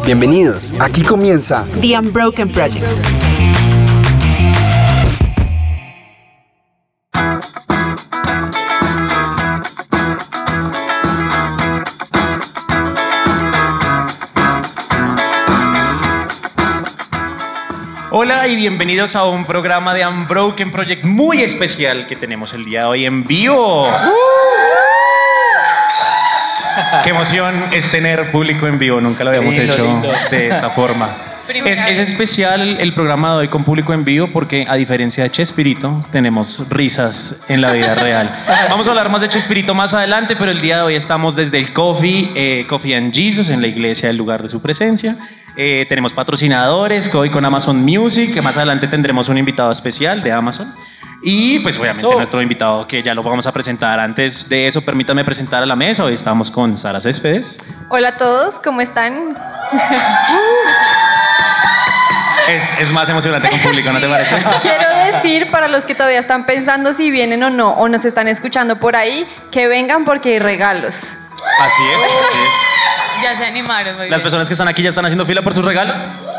Bienvenidos, aquí comienza The Unbroken Project. Hola y bienvenidos a un programa de Unbroken Project muy especial que tenemos el día de hoy en vivo. Qué emoción es tener público en vivo, nunca lo habíamos hecho de esta forma. Es especial el programa de hoy con público en vivo porque a diferencia de Chespirito tenemos risas en la vida real. Vamos a hablar más de Chespirito más adelante, pero el día de hoy estamos desde el Coffee and Jesus en la iglesia, el lugar de su presencia. Tenemos patrocinadores, hoy con Amazon Music, que más adelante tendremos un invitado especial de Amazon. Y pues obviamente nuestro invitado que ya lo vamos a presentar. Antes de eso, permítanme presentar a la mesa. Hoy estamos con Sara Céspedes. Hola a todos, ¿cómo están? Es más emocionante con público, ¿no te parece? Quiero decir para los que todavía están pensando si vienen o no, o nos están escuchando por ahí, que vengan porque hay regalos. Así es. Ya se animaron, muy bien. Las personas que están aquí ya están haciendo fila por su regalo.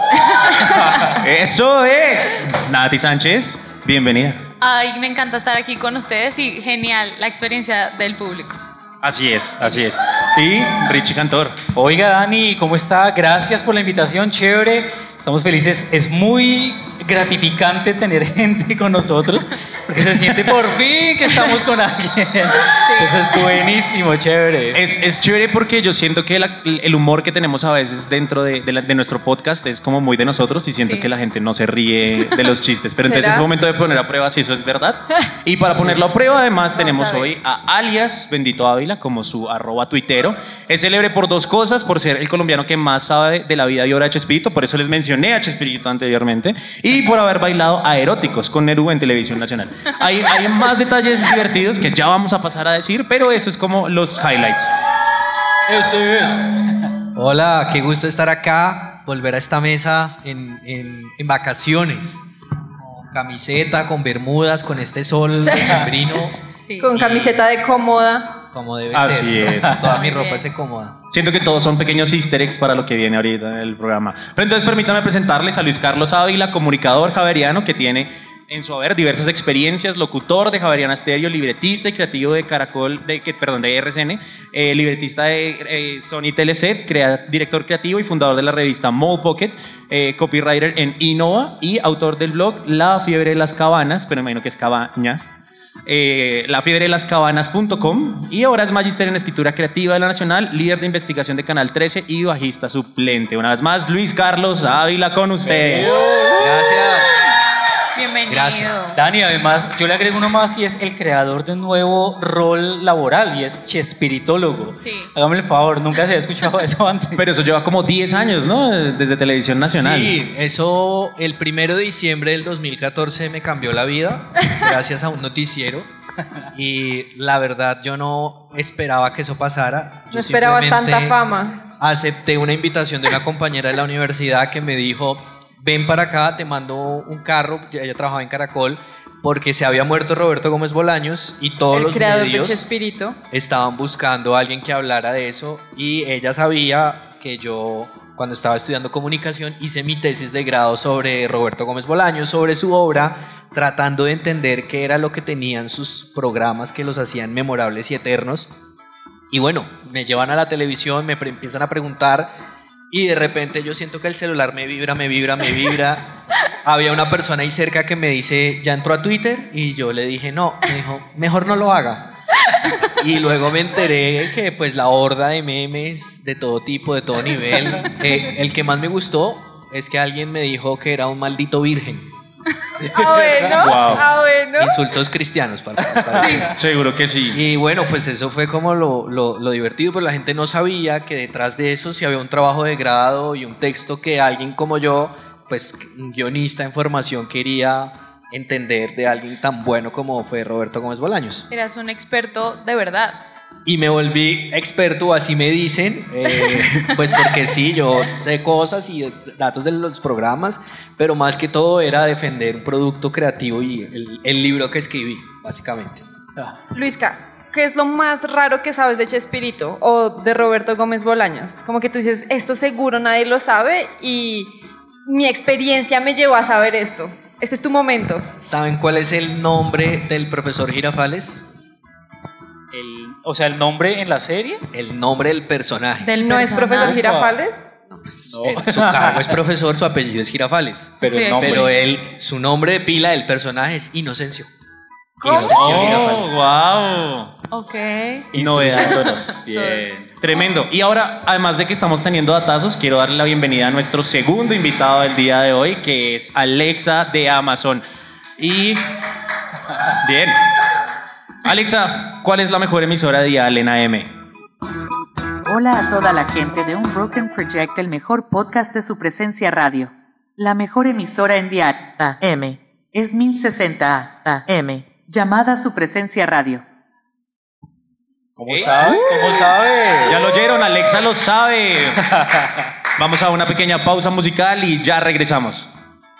Eso es. Nati Sánchez, bienvenida. Ay, me encanta estar aquí con ustedes y genial la experiencia del público. Así es. Y Richie Cantor. Oiga, Dani, ¿cómo está? Gracias por la invitación, chévere. Estamos felices. Es muy gratificante tener gente con nosotros, porque se siente por fin que estamos con alguien. Eso es buenísimo, chévere. Es chévere porque yo siento que el humor que tenemos a veces dentro de nuestro podcast es como muy de nosotros y siento que la gente no se ríe de los chistes. Pero entonces es momento de poner a prueba si eso es verdad. Y para ponerlo a prueba, además, tenemos hoy a alias Bendito Ávila como su @tuitero. Es célebre por dos cosas: por ser el colombiano que más sabe de la vida y obra de Chespirito, por eso les mencioné a Chespirito anteriormente, y por haber bailado a Eróticos con Neru en Televisión Nacional. Hay más detalles divertidos que ya vamos a pasar a decir, pero eso es como los highlights. Eso es. Hola, qué gusto estar acá, volver a esta mesa en vacaciones. Con camiseta, con bermudas, con este sol decembrino. Sí. Con camiseta de cómoda. Como debe Así ser. es. Toda mi ropa es cómoda. Siento que todos son pequeños easter eggs para lo que viene ahorita en el programa. Pero entonces permítame presentarles a Luis Carlos Ávila, comunicador javeriano que tiene en su haber diversas experiencias, locutor de Javeriana Stereo, libretista y creativo de de RCN, libretista de Sony Teleset, director creativo y fundador de la revista Mole Pocket, copywriter en Innova y autor del blog La Fiebre de las Cabanas, pero me imagino que es Cabañas. lafiebrdelascabanas.com y ahora es magíster en escritura creativa de la Nacional, líder de investigación de Canal 13 y bajista suplente. Una vez más, Luis Carlos Ávila con ustedes. Gracias. Bienvenido. Gracias. Dani, además, yo le agrego uno más y es el creador de un nuevo rol laboral y es chespiritólogo. Sí. Hágame el favor, nunca se había escuchado eso antes. Pero eso lleva como 10 años, ¿no? Desde Televisión Nacional. Sí, eso el 1 de diciembre del 2014 me cambió la vida, gracias a un noticiero. Y la verdad, yo no esperaba que eso pasara. No esperabas tanta fama. Acepté una invitación de una compañera de la universidad que me dijo: ven para acá, te mando un carro. Ella trabajaba en Caracol porque se había muerto Roberto Gómez Bolaños y todos los creador medios de Chespirito estaban buscando a alguien que hablara de eso, y ella sabía que yo, cuando estaba estudiando comunicación, hice mi tesis de grado sobre Roberto Gómez Bolaños, sobre su obra, tratando de entender qué era lo que tenían sus programas que los hacían memorables y eternos. Y bueno, me llevan a la televisión, me empiezan a preguntar y de repente yo siento que el celular me vibra. Había una persona ahí cerca que me dice: ¿ya entró a Twitter? Y yo le dije no. Me dijo: mejor no lo haga. Y luego me enteré que pues la horda de memes de todo tipo, de todo nivel, el que más me gustó es que alguien me dijo que era un maldito virgen. Bueno. Insultos cristianos para Sí, seguro que sí. Y bueno, pues eso fue como lo divertido, pero la gente no sabía que detrás de eso sí había un trabajo de grado y un texto que alguien como yo, pues un guionista en formación, quería entender de alguien tan bueno como fue Roberto Gómez Bolaños. Eras un experto de verdad. Y me volví experto, así me dicen, pues porque sí, yo sé cosas y datos de los programas, pero más que todo era defender un producto creativo y el libro que escribí, básicamente. Luisca, ¿qué es lo más raro que sabes de Chespirito o de Roberto Gómez Bolaños? Como que tú dices, esto seguro nadie lo sabe y mi experiencia me llevó a saber esto. Este es tu momento. ¿Saben cuál es el nombre del profesor Girafales? O sea, el nombre en la serie. El nombre del personaje. ¿No es profesor Girafales? No, pues, su cargo es profesor, su apellido es Girafales. Pero su nombre de pila del personaje es Inocencio. ¿Cómo? ¡Wow! Ok. Novedades. Bien. Tremendo. Y ahora, además de que estamos teniendo datazos, quiero darle la bienvenida a nuestro segundo invitado del día de hoy, que es Alexa de Amazon. Y... Bien. Alexa, ¿cuál es la mejor emisora de Dial en AM? Hola a toda la gente de Unbroken Project, el mejor podcast de su presencia radio. La mejor emisora en Dial AM es 1060 AM, llamada Su Presencia Radio. ¿Cómo sabe? ¿Cómo sabe? Ya lo oyeron, Alexa lo sabe. Vamos a una pequeña pausa musical y ya regresamos.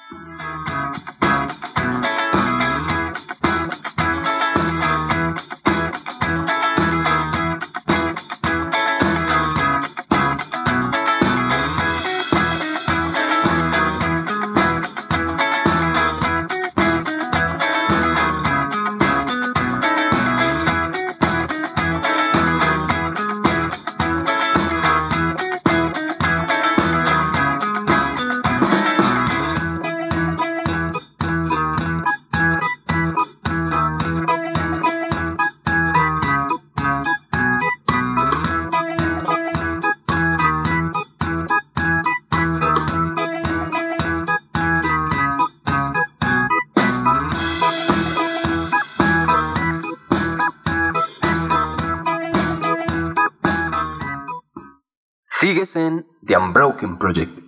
Sigues en The Unbroken Project.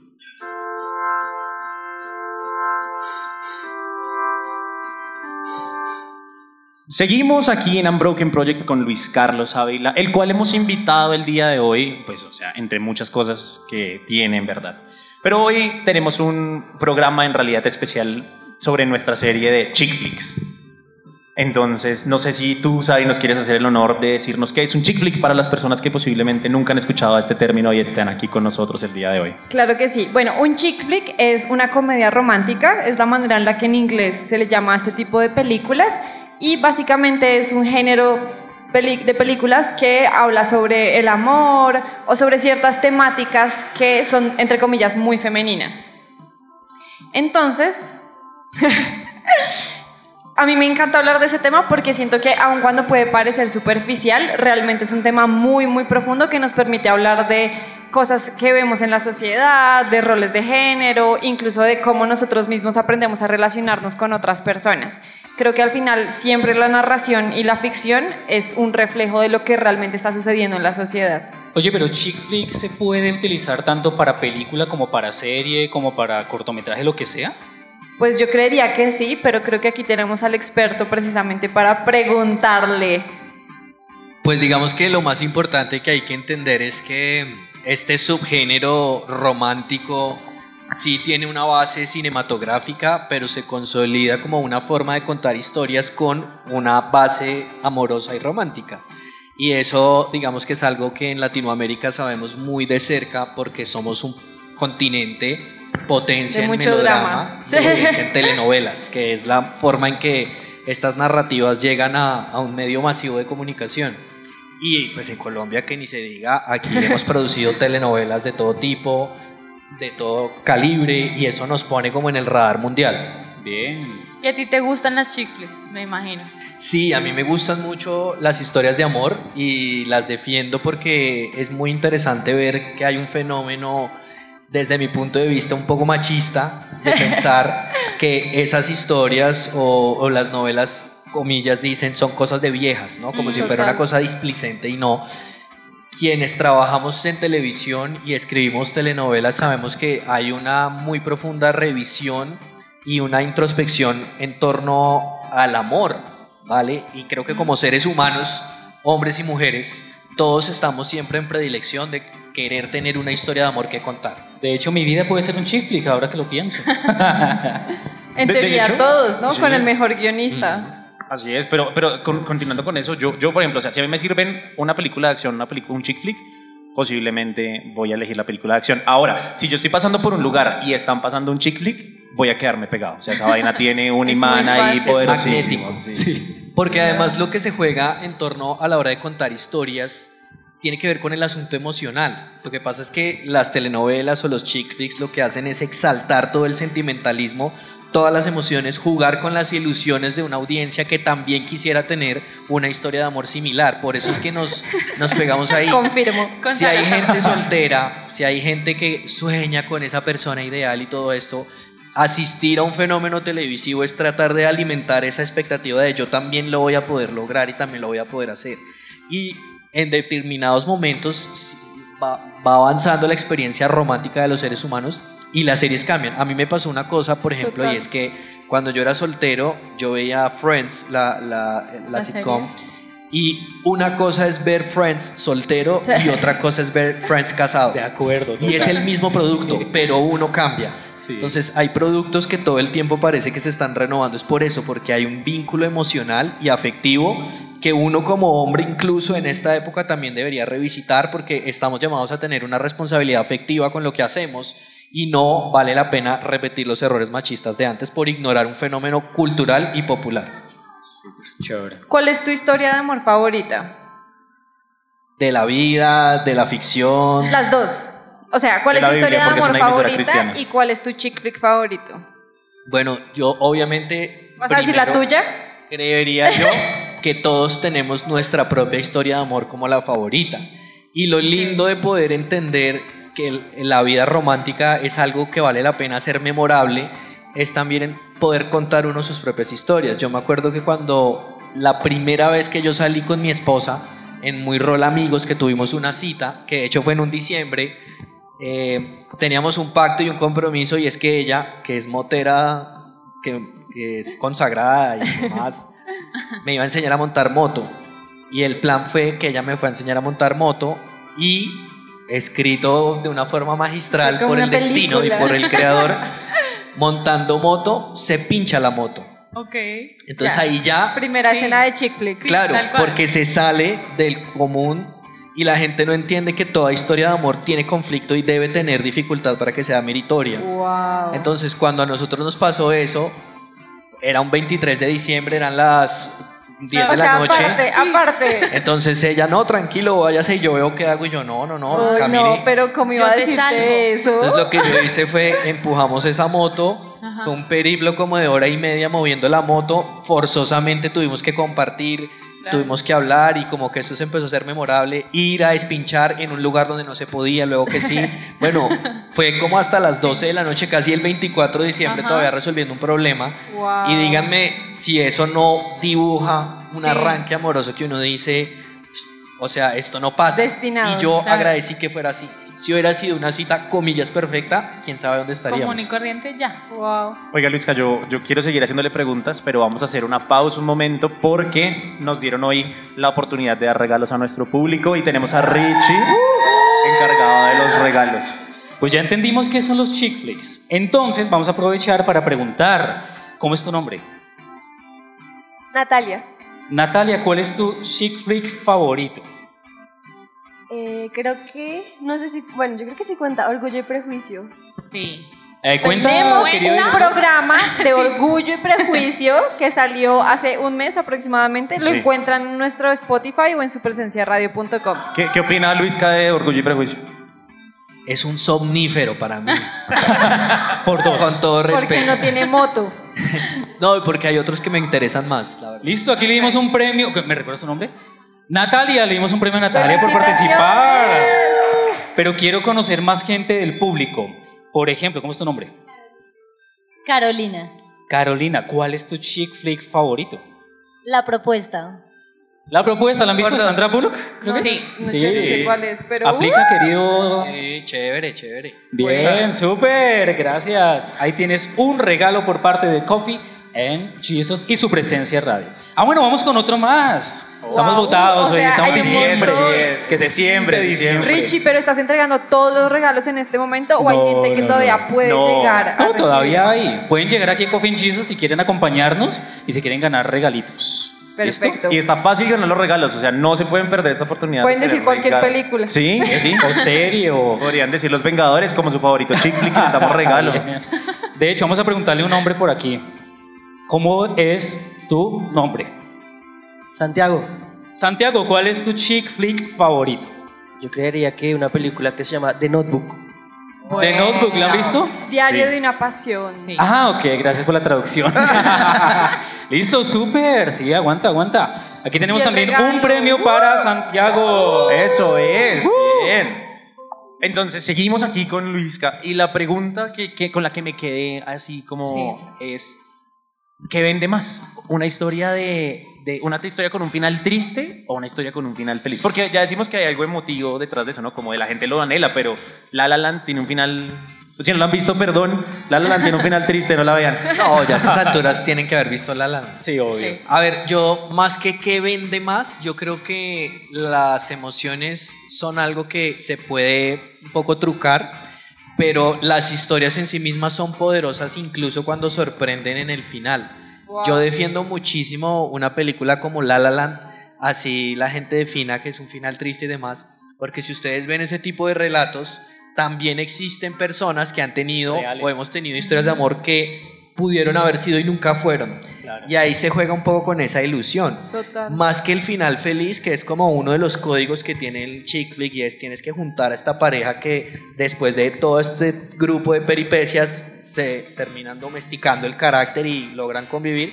Seguimos aquí en Unbroken Project con Luis Carlos Ávila, el cual hemos invitado el día de hoy, pues, o sea, entre muchas cosas que tiene, en verdad. Pero hoy tenemos un programa en realidad especial sobre nuestra serie de chick flicks. Entonces, no sé si tú, Sari, nos quieres hacer el honor de decirnos qué es un chick flick para las personas que posiblemente nunca han escuchado este término y estén aquí con nosotros el día de hoy. Claro que sí. Bueno, un chick flick es una comedia romántica, es la manera en la que en inglés se le llama a este tipo de películas y básicamente es un género de películas que habla sobre el amor o sobre ciertas temáticas que son, entre comillas, muy femeninas. Entonces... A mí me encanta hablar de ese tema porque siento que aun cuando puede parecer superficial, realmente es un tema muy, muy profundo que nos permite hablar de cosas que vemos en la sociedad, de roles de género, incluso de cómo nosotros mismos aprendemos a relacionarnos con otras personas. Creo que al final siempre la narración y la ficción es un reflejo de lo que realmente está sucediendo en la sociedad. Oye, pero chick flick se puede utilizar tanto para película como para serie, como para cortometraje, lo que sea. Pues yo creería que sí, pero creo que aquí tenemos al experto precisamente para preguntarle. Pues digamos que lo más importante que hay que entender es que este subgénero romántico sí tiene una base cinematográfica, pero se consolida como una forma de contar historias con una base amorosa y romántica. Y eso, digamos que es algo que en Latinoamérica sabemos muy de cerca porque somos un continente potencia en melodrama, potencia en telenovelas, que es la forma en que estas narrativas llegan a un medio masivo de comunicación. Y pues en Colombia, que ni se diga, aquí hemos producido telenovelas de todo tipo, de todo calibre, y eso nos pone como en el radar mundial. Bien. ¿Y a ti te gustan las chick flicks, me imagino? Sí, a mí me gustan mucho las historias de amor y las defiendo porque es muy interesante ver que hay un fenómeno, desde mi punto de vista un poco machista, de pensar que esas historias o las novelas, comillas, dicen son cosas de viejas, ¿no? Como si fuera una cosa displicente, y no. Quienes trabajamos en televisión y escribimos telenovelas sabemos que hay una muy profunda revisión y una introspección en torno al amor, ¿vale? Y creo que como seres humanos, hombres y mujeres, todos estamos siempre en predilección de querer tener una historia de amor que contar. De hecho, mi vida puede ser un chick flick ahora que lo pienso. En teoría todos, ¿no? Sí. Con el mejor guionista. Así es, pero continuando con eso, yo, por ejemplo, o sea, si a mí me sirven una película de acción, un chick flick, posiblemente voy a elegir la película de acción. Ahora, si yo estoy pasando por un lugar y están pasando un chick flick, voy a quedarme pegado. O sea, esa vaina tiene un imán ahí poderosísimo. Es magnético. Sí. Porque además lo que se juega en torno a la hora de contar historias tiene que ver con el asunto emocional. Lo que pasa es que las telenovelas o los chick flicks lo que hacen es exaltar todo el sentimentalismo, todas las emociones, jugar con las ilusiones de una audiencia que también quisiera tener una historia de amor similar. Por eso es que nos pegamos ahí. Confirmo. Si hay gente soltera, si hay gente que sueña con esa persona ideal y todo esto, asistir a un fenómeno televisivo es tratar de alimentar esa expectativa de yo también lo voy a poder lograr y también lo voy a poder hacer. Y en determinados momentos va avanzando la experiencia romántica de los seres humanos y las series cambian. A mí me pasó una cosa, por ejemplo, y es que cuando yo era soltero, yo veía Friends, la sitcom, y una cosa es ver Friends soltero y otra cosa es ver Friends casado. De acuerdo. Y es el mismo producto, pero uno cambia. Sí. Entonces hay productos que todo el tiempo parece que se están renovando. Es por eso, porque hay un vínculo emocional y afectivo que uno como hombre incluso en esta época también debería revisitar, porque estamos llamados a tener una responsabilidad afectiva con lo que hacemos y no vale la pena repetir los errores machistas de antes por ignorar un fenómeno cultural y popular. Chévere. ¿Cuál es tu historia de amor favorita? De la vida, de la ficción. Las dos. O sea, ¿cuál De es tu la historia Biblia, de porque es amor una emisora favorita cristiana. y cuál es tu chick flick favorito? Bueno, yo obviamente ¿Vas a decir la primero tuya? creería yo que todos tenemos nuestra propia historia de amor como la favorita. Y lo lindo de poder entender que la vida romántica es algo que vale la pena hacer memorable es también poder contar uno sus propias historias. Yo me acuerdo que cuando la primera vez que yo salí con mi esposa en Muy Rol Amigos, que tuvimos una cita, que de hecho fue en un diciembre, teníamos un pacto y un compromiso, y es que ella, que es motera, que es consagrada y demás, me iba a enseñar a montar moto. Y el plan fue que ella me fue a enseñar a montar moto, y escrito de una forma magistral como por una el destino película. y por el creador, montando moto, se pincha la moto. Ok. Entonces Ya. ahí ya, Primera Sí. escena de chick flick. claro, tal cual. porque se sale del común y la gente no entiende que toda historia de amor tiene conflicto y debe tener dificultad para que sea meritoria. Wow. Entonces, cuando a nosotros nos pasó eso, era un 23 de diciembre, eran las 10 o de la sea, noche. aparte. Entonces ella, no, tranquilo, váyase, y yo veo qué hago, y yo, no, Ay, camine. no, pero ¿cómo iba Yo a te decirte salvo. eso? Entonces lo que yo hice fue, empujamos esa moto, Ajá. fue un periplo como de hora y media moviendo la moto, forzosamente tuvimos que compartir, Claro. tuvimos que hablar, y como que eso se empezó a ser memorable, ir a despinchar en un lugar donde no se podía, luego que sí. Bueno, fue como hasta las 12 de la noche, casi el 24 de diciembre, Ajá. todavía resolviendo un problema. Wow. Y díganme si eso no dibuja un Sí. arranque amoroso que uno dice, o sea, esto no pasa. Destinado, Y yo claro. agradecí que fuera así. Si hubiera sido una cita, comillas, perfecta, quién sabe dónde estaríamos. Común y corriente, ya. Wow. Oiga, Luisca, yo quiero seguir haciéndole preguntas, pero vamos a hacer una pausa un momento porque nos dieron hoy la oportunidad de dar regalos a nuestro público y tenemos a Richie encargado de los regalos. Pues ya entendimos qué son los chick flicks. Entonces vamos a aprovechar para preguntar, ¿cómo es tu nombre? Natalia, Natalia, ¿cuál es tu chick flick favorito? creo que, no sé si, bueno, yo creo que sí cuenta Orgullo y Prejuicio. Sí. Cuenta, Tenemos querido un Iván. programa de Orgullo y Prejuicio que salió hace un mes aproximadamente. Lo Sí. encuentran en nuestro Spotify o en supresenciaradio.com. ¿Qué opina Luisca de Orgullo y Prejuicio? Es un somnífero para mí, Por dos. con todo Porque respeto. no tiene moto. No, porque hay otros que me interesan más, la verdad. Listo, aquí le dimos un premio. ¿Me recuerdas su nombre? Natalia, le dimos un premio a Natalia por ¡Felicitaciones! participar. Pero quiero conocer más gente del público. Por ejemplo, ¿cómo es tu nombre? Carolina, Carolina, ¿cuál es tu chick flick favorito? La Propuesta. La propuesta, ¿la han visto? Por dos. ¿Sandra Bullock? Creo que Sí. No, yo no sé cuál es, pero Aplica, querido. Sí, chévere, chévere. Bien, súper, gracias. Ahí tienes un regalo por parte de Coffee and Jesus y su presencia radio. Ah, bueno, vamos con otro más. Estamos votados o hoy, sea, estamos hay en un diciembre. montón. Que se siembre diciembre. Richie, pero ¿estás entregando todos los regalos en este momento o hay gente que todavía puede llegar a No, recibir? todavía hay. Pueden llegar aquí a Coffee and Jesus si quieren acompañarnos y si quieren ganar regalitos. Perfecto. Y está fácil ganar los regalos, o sea, no se pueden perder esta oportunidad. Pueden de decir tener cualquier regalos. película. Sí, sí. O serie o... Podrían decir Los Vengadores como su favorito chick flick y les damos regalos. De hecho, vamos a preguntarle a un hombre por aquí. ¿Cómo es tu nombre? Santiago. Santiago, ¿cuál es tu chick flick favorito? Yo creería que una película que se llama The Notebook. ¿The Notebook la han visto? Diario Sí. de una pasión. Ah, ok, gracias por la traducción. Listo, súper. Sí, aguanta. Aquí tenemos Y el también regalo. un premio para Santiago. Eso es, bien. Entonces, seguimos aquí con Luisca. Y la pregunta con la que me quedé así como es, ¿qué vende más? ¿Una historia una historia con un final triste o una historia con un final feliz? Porque ya decimos que hay algo emotivo detrás de eso, ¿no? Como de la gente lo anhela, pero La La Land tiene un final... Si no lo han visto, perdón, La La Land tiene un final triste, no la vean. No, ya a estas alturas tienen que haber visto La La Land. Sí, obvio. Sí. A ver, yo más que qué vende más, yo creo que las emociones son algo que se puede un poco trucar, pero las historias en sí mismas son poderosas incluso cuando sorprenden en el final. Wow. Yo defiendo muchísimo una película como La La Land, así la gente defina que es un final triste y demás, porque si ustedes ven ese tipo de relatos, también existen personas que han tenido Reales. o hemos tenido historias de amor que pudieron haber sido y nunca fueron. Claro. Y ahí se juega un poco con esa ilusión. Total. Más que el final feliz, que es como uno de los códigos que tiene el chick flick, y es tienes que juntar a esta pareja que después de todo este grupo de peripecias se terminan domesticando el carácter y logran convivir.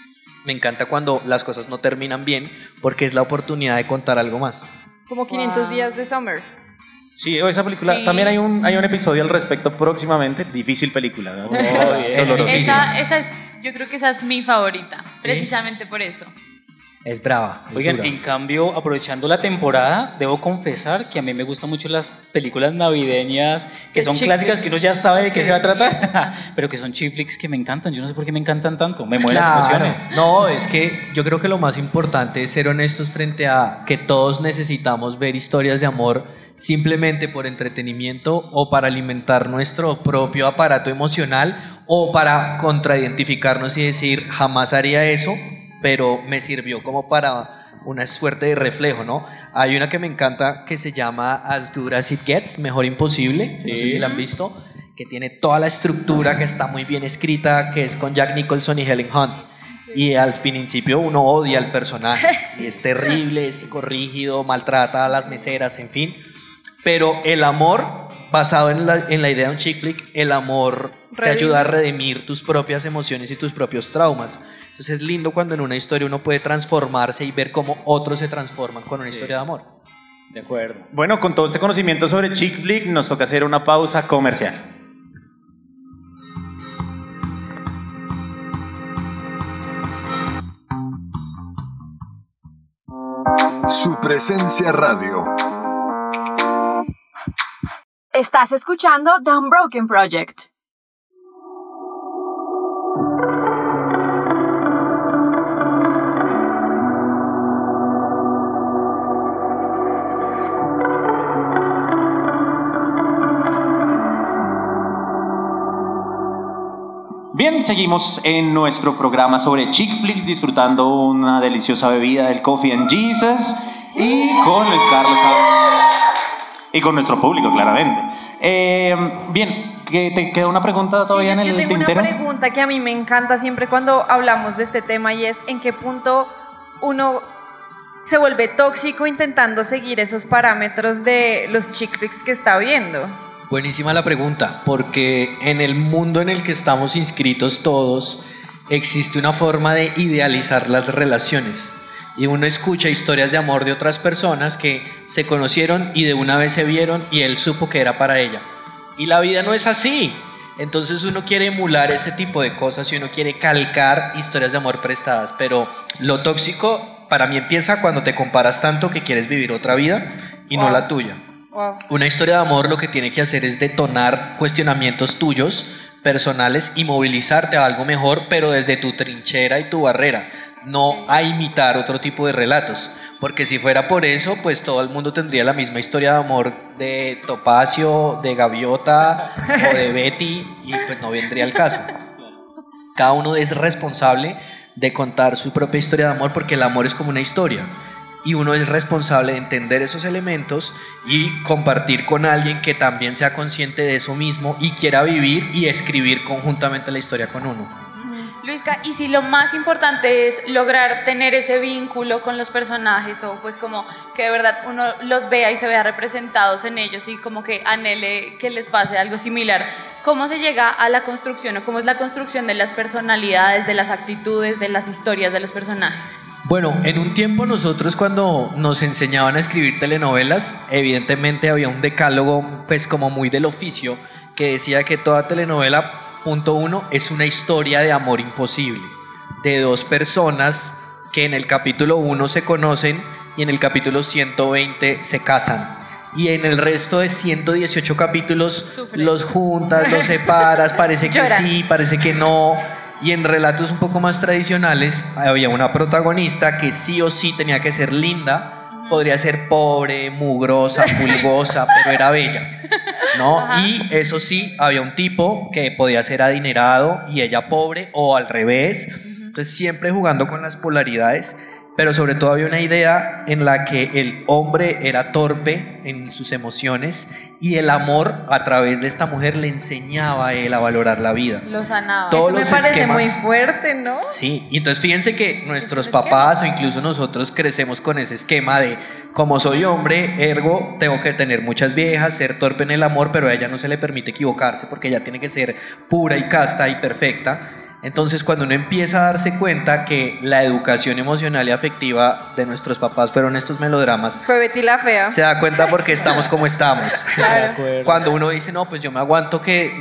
Me encanta cuando las cosas no terminan bien porque es la oportunidad de contar algo más. Como 500 días de Summer. Sí, esa película, Sí. también hay un episodio al respecto próximamente. Difícil película, ¿no? Dolorosísima. Esa es, yo creo que esa es mi favorita, precisamente por eso. Es brava. es Oigan, dura. en cambio, aprovechando la temporada, debo confesar que a mí me gustan mucho las películas navideñas, que Los son chick clásicas, flicks. que uno ya sabe de qué se va a tratar, pero que son chick flicks que me encantan. Yo no sé por qué me encantan tanto, me mueven las Claro. emociones. No, es que yo creo que lo más importante es ser honestos frente a que todos necesitamos ver historias de amor simplemente por entretenimiento o para alimentar nuestro propio aparato emocional o para contraidentificarnos y decir jamás haría eso, pero me sirvió como para una suerte de reflejo, ¿no? Hay una que me encanta que se llama As Good As It Gets, Mejor Imposible, no sé si la han visto, que tiene toda la estructura, que está muy bien escrita, que es con Jack Nicholson y Helen Hunt. Y al principio uno odia al personaje, y es terrible, es psicorrígido, maltrata a las meseras, en fin. Pero el amor, basado en la idea de un chick flick, el amor te ayuda a redimir tus propias emociones y tus propios traumas. Entonces es lindo cuando en una historia uno puede transformarse y ver cómo otros se transforman con una historia de amor. De acuerdo. Bueno, con todo este conocimiento sobre chick flick, nos toca hacer una pausa comercial. Su presencia radio. Estás escuchando The Unbroken Project. Bien, seguimos en nuestro programa sobre chick flicks, disfrutando una deliciosa bebida del Coffee and Jesus y con Luis Carlos y con nuestro público, claramente. Bien, ¿te queda una pregunta todavía en el Yo tengo tintero? una pregunta que a mí me encanta siempre cuando hablamos de este tema y es ¿en qué punto uno se vuelve tóxico intentando seguir esos parámetros de los chick flicks que está viendo? Buenísima la pregunta, porque en el mundo en el que estamos inscritos todos existe una forma de idealizar las relaciones y uno escucha historias de amor de otras personas que se conocieron y de una vez se vieron y él supo que era para ella y la vida no es así. Entonces uno quiere emular ese tipo de cosas y uno quiere calcar historias de amor prestadas, pero lo tóxico para mí empieza cuando te comparas tanto que quieres vivir otra vida y no la tuya. Wow. Una historia de amor lo que tiene que hacer es detonar cuestionamientos tuyos, personales, y movilizarte a algo mejor, pero desde tu trinchera y tu barrera. no a imitar otro tipo de relatos, porque si fuera por eso, pues todo el mundo tendría la misma historia de amor de Topacio, de Gaviota o de Betty, y pues no vendría al caso. Cada uno es responsable de contar su propia historia de amor, porque el amor es como una historia y uno es responsable de entender esos elementos y compartir con alguien que también sea consciente de eso mismo y quiera vivir y escribir conjuntamente la historia con uno. Luisca, y si lo más importante es lograr tener ese vínculo con los personajes, o pues como que de verdad uno los vea y se vea representados en ellos y como que anhele que les pase algo similar, ¿cómo se llega a la construcción o cómo es la construcción de las personalidades, de las actitudes, de las historias de los personajes? Bueno, en un tiempo nosotros cuando nos enseñaban a escribir telenovelas, evidentemente había un decálogo pues como muy del oficio que decía que toda telenovela, punto 1, es una historia de amor imposible, de dos personas que en el capítulo 1 se conocen y en el capítulo 120 se casan. Y en el resto de 118 capítulos los juntas, los separas, parece que sí, parece que no. Y en relatos un poco más tradicionales había una protagonista que sí o sí tenía que ser linda, podría ser pobre, mugrosa, pulgosa, pero era bella, ¿no? Y eso sí, había un tipo que podía ser adinerado y ella pobre, o al revés. Entonces siempre jugando con las polaridades, pero sobre todo había una idea en la que el hombre era torpe en sus emociones y el amor a través de esta mujer le enseñaba a él a valorar la vida. Lo sanaba. Todos Eso me parece muy fuerte, ¿no? Sí, y entonces fíjense que nuestros papás o incluso nosotros crecemos con ese esquema de como soy hombre, ergo tengo que tener muchas viejas, ser torpe en el amor, pero a ella no se le permite equivocarse porque ella tiene que ser pura y casta y perfecta. Entonces cuando uno empieza a darse cuenta que la educación emocional y afectiva de nuestros papás fueron estos melodramas, fue Betty la Fea, se da cuenta porque estamos como estamos. Claro. Cuando uno dice, no, pues yo me aguanto que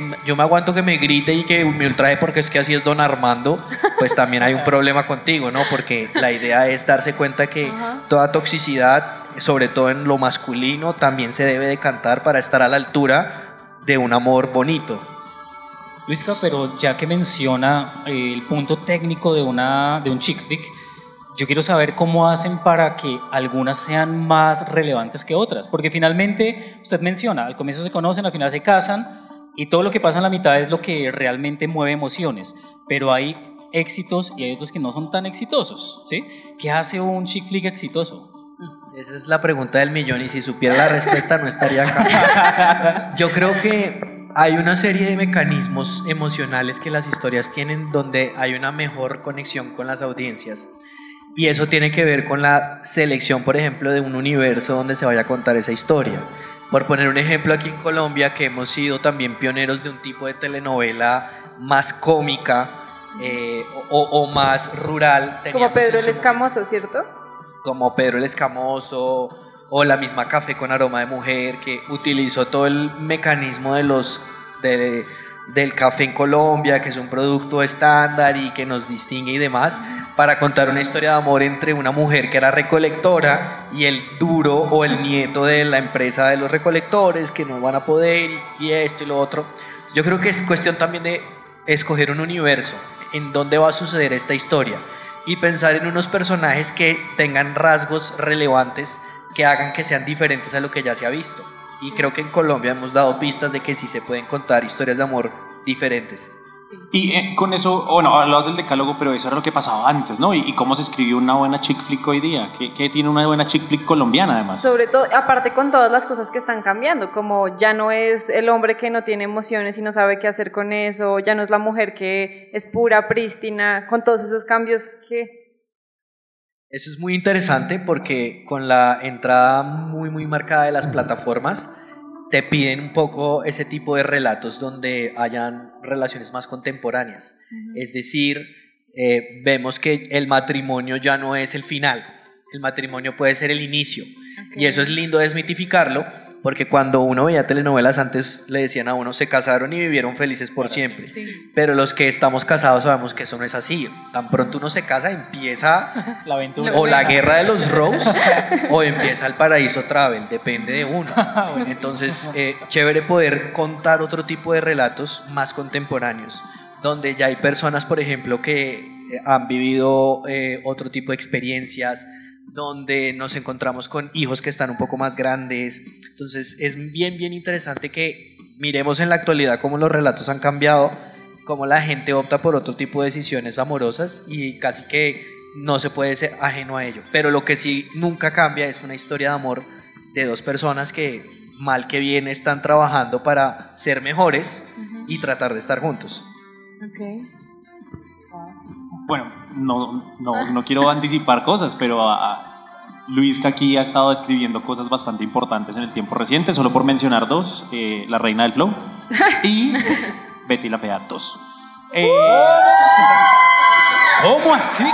me grite y que me ultraje porque es que así es Don Armando, pues también hay un problema contigo, ¿no? Porque la idea es darse cuenta que toda toxicidad, sobre todo en lo masculino, también se debe decantar para estar a la altura de un amor bonito. Luisca, pero ya que menciona el punto técnico de un chick flick, yo quiero saber cómo hacen para que algunas sean más relevantes que otras, porque finalmente usted menciona, al comienzo se conocen, al final se casan y todo lo que pasa en la mitad es lo que realmente mueve emociones, pero hay éxitos y hay otros que no son tan exitosos, ¿sí? ¿Qué hace un chick flick exitoso? Esa es la pregunta del millón y si supiera la respuesta no estaría acá. Yo creo que hay una serie de mecanismos emocionales que las historias tienen donde hay una mejor conexión con las audiencias y eso tiene que ver con la selección, por ejemplo, de un universo donde se vaya a contar esa historia. Por poner un ejemplo, aquí en Colombia, que hemos sido también pioneros de un tipo de telenovela más cómica o más rural. Como Pedro el Escamoso, ¿cierto? Como Pedro el Escamoso o la misma Café con Aroma de Mujer, que utilizó todo el mecanismo del café en Colombia, que es un producto estándar y que nos distingue y demás, para contar una historia de amor entre una mujer que era recolectora y el duro o el nieto de la empresa de los recolectores, que no van a poder y esto y lo otro. Yo creo que es cuestión también de escoger un universo en donde va a suceder esta historia y pensar en unos personajes que tengan rasgos relevantes que hagan que sean diferentes a lo que ya se ha visto. Y creo que en Colombia hemos dado pistas de que sí se pueden contar historias de amor diferentes. Y con eso, bueno, hablabas del decálogo, pero eso era lo que pasaba antes, ¿no? ¿Y cómo se escribió una buena chick flick hoy día? ¿Qué tiene una buena chick flick colombiana, además? Sobre todo, aparte con todas las cosas que están cambiando, como ya no es el hombre que no tiene emociones y no sabe qué hacer con eso, ya no es la mujer que es pura, prístina, con todos esos cambios que... Eso es muy interesante porque con la entrada muy marcada de las plataformas te piden un poco ese tipo de relatos donde hayan relaciones más contemporáneas. Es decir, vemos que el matrimonio ya no es el final, el matrimonio puede ser el inicio. Y eso es lindo desmitificarlo porque cuando uno veía telenovelas antes le decían a uno se casaron y vivieron felices por siempre, pero los que estamos casados sabemos que eso no es así. Tan pronto uno se casa empieza la aventura o la guerra de los Rose o empieza el paraíso travel, depende de uno. Entonces chévere poder contar otro tipo de relatos más contemporáneos donde ya hay personas, por ejemplo, que han vivido otro tipo de experiencias, donde nos encontramos con hijos que están un poco más grandes. Entonces es bien interesante que miremos en la actualidad cómo los relatos han cambiado, cómo la gente opta por otro tipo de decisiones amorosas y casi que no se puede ser ajeno a ello. Pero lo que sí nunca cambia es una historia de amor de dos personas que mal que bien están trabajando para ser mejores y tratar de estar juntos. Okay. Bueno, no quiero anticipar cosas, pero Luis que aquí ha estado escribiendo cosas bastante importantes en el tiempo reciente, solo por mencionar dos, La Reina del Flow y Betty la Fea 2. ¿Cómo así?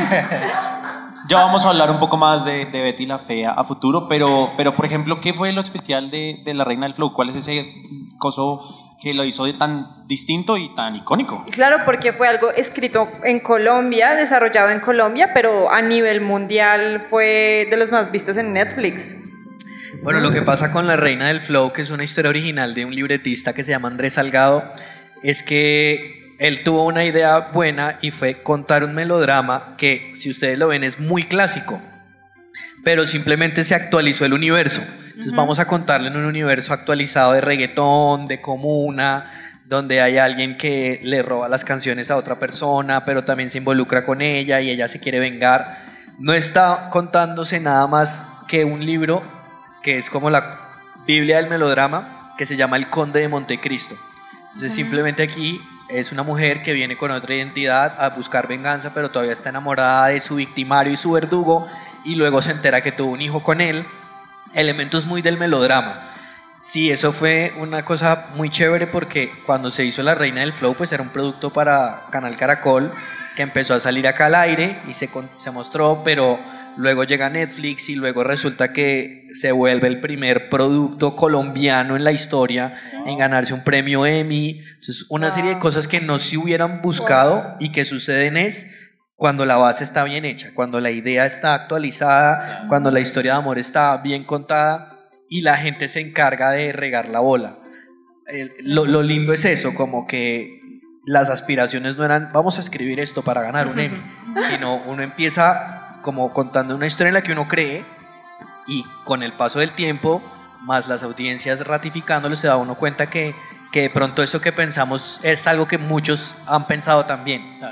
Ya vamos a hablar un poco más de Betty la Fea a futuro, pero por ejemplo, ¿qué fue lo especial de La Reina del Flow? ¿Cuál es ese coso que lo hizo de tan distinto y tan icónico? Claro, porque fue algo escrito en Colombia, desarrollado en Colombia, pero a nivel mundial fue de los más vistos en Netflix. Bueno, lo que pasa con La Reina del Flow, que es una historia original de un libretista que se llama Andrés Salgado, es que él tuvo una idea buena y fue contar un melodrama que, si ustedes lo ven, es muy clásico, pero simplemente se actualizó el universo. Entonces vamos a contarlo en un universo actualizado de reggaetón, de comuna, donde hay alguien que le roba las canciones a otra persona, pero también se involucra con ella y ella se quiere vengar. No está contándose nada más que un libro que es como la Biblia del melodrama, que se llama El Conde de Montecristo. Entonces simplemente aquí es una mujer que viene con otra identidad a buscar venganza, pero todavía está enamorada de su victimario y su verdugo, y luego se entera que tuvo un hijo con él. Elementos muy del melodrama. Sí, eso fue una cosa muy chévere porque cuando se hizo La Reina del Flow, pues era un producto para Canal Caracol que empezó a salir acá al aire y se mostró, pero luego llega Netflix y luego resulta que se vuelve el primer producto colombiano en la historia en ganarse un premio Emmy. Entonces, una serie de cosas que no se hubieran buscado y que suceden es cuando la base está bien hecha, cuando la idea está actualizada, cuando la historia de amor está bien contada y la gente se encarga de regar la bola. Lo lindo es eso, como que las aspiraciones no eran vamos a escribir esto para ganar un Emmy, sino uno empieza como contando una historia en la que uno cree y con el paso del tiempo, más las audiencias ratificándolo, se da uno cuenta que de pronto eso que pensamos es algo que muchos han pensado también. Claro.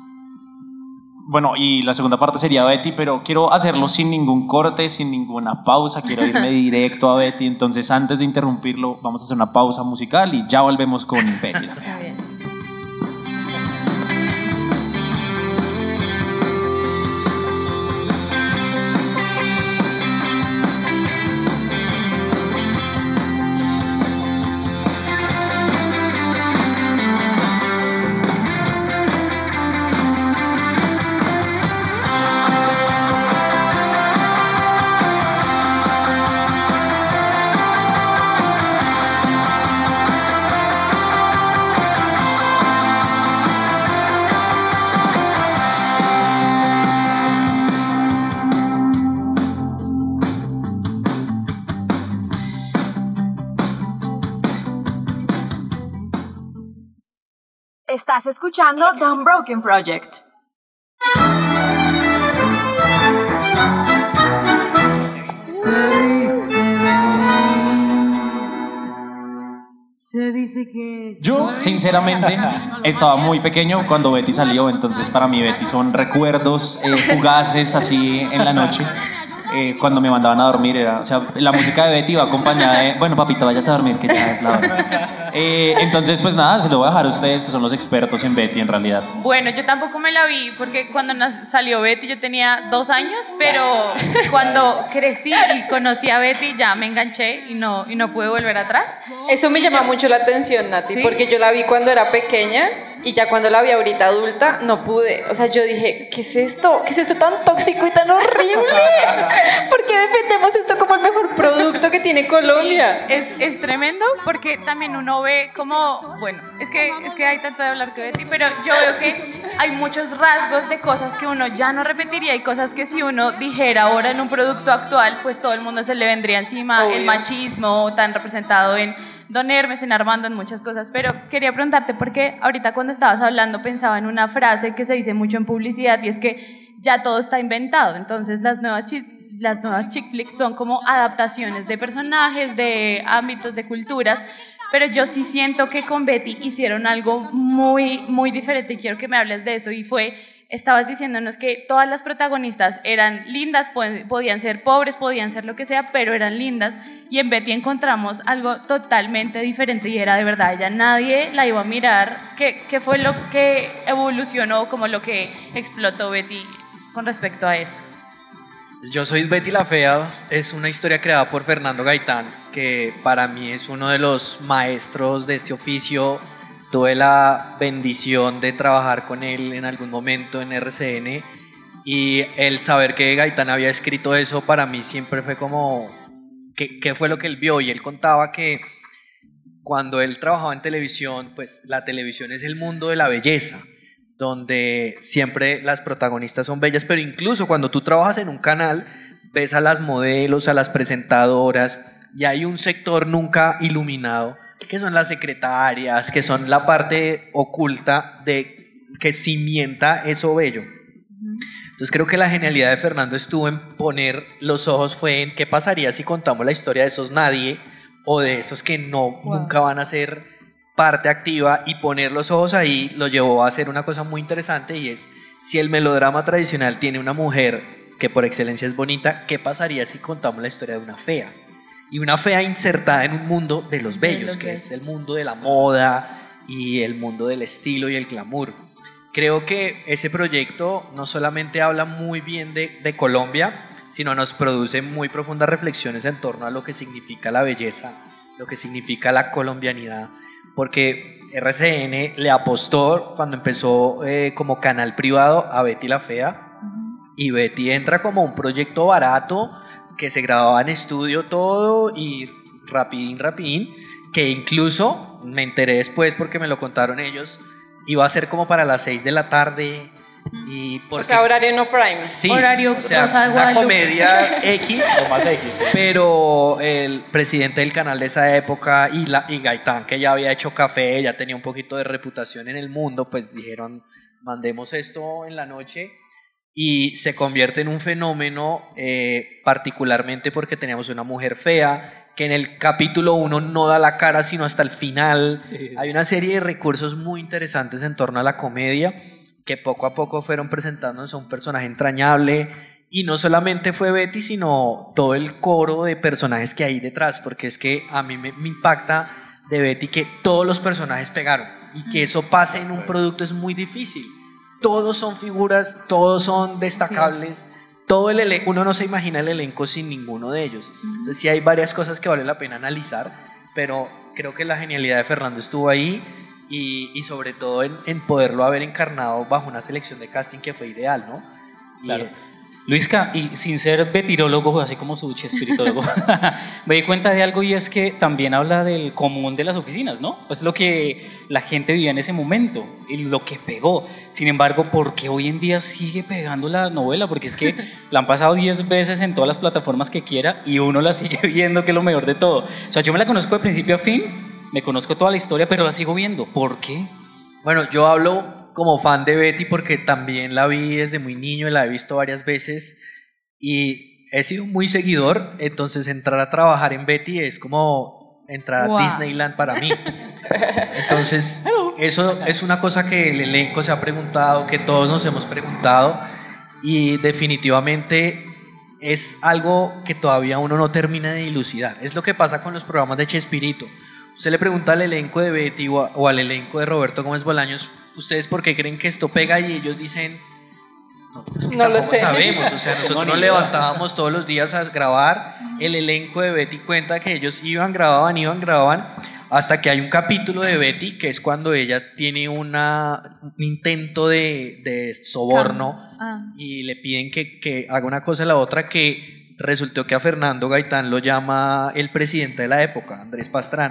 Bueno, y la segunda parte sería Betty, pero quiero hacerlo sin ningún corte, sin ninguna pausa, quiero irme directo a Betty, entonces antes de interrumpirlo vamos a hacer una pausa musical y ya volvemos con Betty la Fea. Estás escuchando The Unbroken Project. Se dice que... Yo, sinceramente, estaba muy pequeño cuando Betty salió, entonces para mí Betty son recuerdos fugaces así en la noche. Cuando me mandaban a dormir era, o sea, la música de Betty va acompañada de, bueno, papito, vayas a dormir que ya es la hora. Entonces, pues nada, se lo voy a dejar a ustedes que son los expertos en Betty en realidad. Bueno, yo tampoco me la vi porque cuando salió Betty yo tenía 2 años, pero cuando crecí y conocí a Betty ya me enganché y no pude volver atrás. Eso me llama mucho la atención, Nati, ¿sí? Porque yo la vi cuando era pequeña y ya cuando la vi ahorita adulta no pude. O sea, yo dije, ¿qué es esto? ¿Qué es esto tan tóxico y tan horrible? ¿Por qué defendemos esto como el mejor producto que tiene Colombia? Sí, es tremendo porque también uno ve como, bueno, es que hay tanto de hablar que Betty, pero yo veo que hay muchos rasgos de cosas que uno ya no repetiría y cosas que si uno dijera ahora en un producto actual, pues todo el mundo se le vendría encima. Obvio. El machismo tan representado en Don Hermes, en Armando, en muchas cosas, pero quería preguntarte porque ahorita cuando estabas hablando pensaba en una frase que se dice mucho en publicidad y es que ya todo está inventado, entonces las nuevas chick flicks son como adaptaciones de personajes, de ámbitos, de culturas, pero yo sí siento que con Betty hicieron algo muy, muy diferente y quiero que me hables de eso y estabas diciéndonos que todas las protagonistas eran lindas, podían ser pobres, podían ser lo que sea, pero eran lindas y en Betty encontramos algo totalmente diferente y era de verdad, ella nadie la iba a mirar. ¿Qué fue lo que evolucionó, como lo que explotó Betty con respecto a eso? Yo soy Betty la Fea, es una historia creada por Fernando Gaitán, que para mí es uno de los maestros de este oficio. Tuve la bendición de trabajar con él en algún momento en RCN y el saber que Gaitán había escrito eso para mí siempre fue como, ¿qué fue lo que él vio? Y él contaba que cuando él trabajaba en televisión, pues la televisión es el mundo de la belleza, donde siempre las protagonistas son bellas, pero incluso cuando tú trabajas en un canal, ves a las modelos, a las presentadoras y hay un sector nunca iluminado, que son las secretarias, que son la parte oculta que cimienta eso bello. Entonces creo que la genialidad de Fernando estuvo en poner los ojos, fue en qué pasaría si contamos la historia de esos nadie o de esos que nunca van a ser parte activa, y poner los ojos ahí lo llevó a hacer una cosa muy interesante, y es, si el melodrama tradicional tiene una mujer que por excelencia es bonita, ¿qué pasaría si contamos la historia de una fea? Y una fea insertada en un mundo de los bellos, que es el mundo de la moda y el mundo del estilo y el glamour. Creo que ese proyecto no solamente habla muy bien de Colombia, sino nos produce muy profundas reflexiones en torno a lo que significa la belleza, lo que significa la colombianidad, porque RCN le apostó cuando empezó como canal privado a Betty la Fea, y Betty entra como un proyecto barato, que se grababa en estudio todo y rapidín, que incluso me enteré después porque me lo contaron ellos, iba a ser como para las 6 de la tarde. Y porque, o sea, horario no prime. Sí, horario o sea, Rosa de una Guadalupe. comedia X, o más X, sí. Pero el presidente del canal de esa época y Gaitán, que ya había hecho café, ya tenía un poquito de reputación en el mundo, pues dijeron, mandemos esto en la noche. Y se convierte en un fenómeno, particularmente porque teníamos una mujer fea que en el capítulo 1 no da la cara sino hasta el final. Sí. Hay una serie de recursos muy interesantes en torno a la comedia que poco a poco fueron presentándonos a un personaje entrañable, y no solamente fue Betty sino todo el coro de personajes que hay detrás, porque es que a mí me impacta de Betty que todos los personajes pegaron, y que eso pase en un producto es muy difícil. Todos son figuras, todos son destacables, todo el elenco, uno no se imagina el elenco sin ninguno de ellos. Entonces sí hay varias cosas que vale la pena analizar, pero creo que la genialidad de Fernando estuvo ahí, y sobre todo en poderlo haber encarnado bajo una selección de casting que fue ideal, ¿no? Claro. Luisca, y sin ser betirólogo, así como su espiritólogo, me di cuenta de algo, y es que también habla del común de las oficinas, ¿no? Es lo que la gente vivía en ese momento y lo que pegó. Sin embargo, ¿por qué hoy en día sigue pegando la novela? Porque es que la han pasado 10 veces en todas las plataformas que quiera y uno la sigue viendo, que es lo mejor de todo. O sea, yo me la conozco de principio a fin, me conozco toda la historia, pero la sigo viendo. ¿Por qué? Bueno, yo hablo como fan de Betty porque también la vi desde muy niño y la he visto varias veces y he sido muy seguidor, entonces entrar a trabajar en Betty es como entrar a Disneyland para mí. Entonces eso es una cosa que el elenco se ha preguntado, que todos nos hemos preguntado, y definitivamente es algo que todavía uno no termina de dilucidar. Es lo que pasa con los programas de Chespirito. Usted le pregunta al elenco de Betty o al elenco de Roberto Gómez Bolaños, ¿ustedes por qué creen que esto pega? Y ellos dicen, no, pues que no lo sé. Sabemos, o sea, nosotros nos levantábamos todos los días a grabar. El elenco de Betty cuenta que ellos grababan, hasta que hay un capítulo de Betty que es cuando ella tiene un intento de soborno y le piden que haga una cosa a la otra, que resultó que a Fernando Gaitán lo llama el presidente de la época, Andrés Pastrana.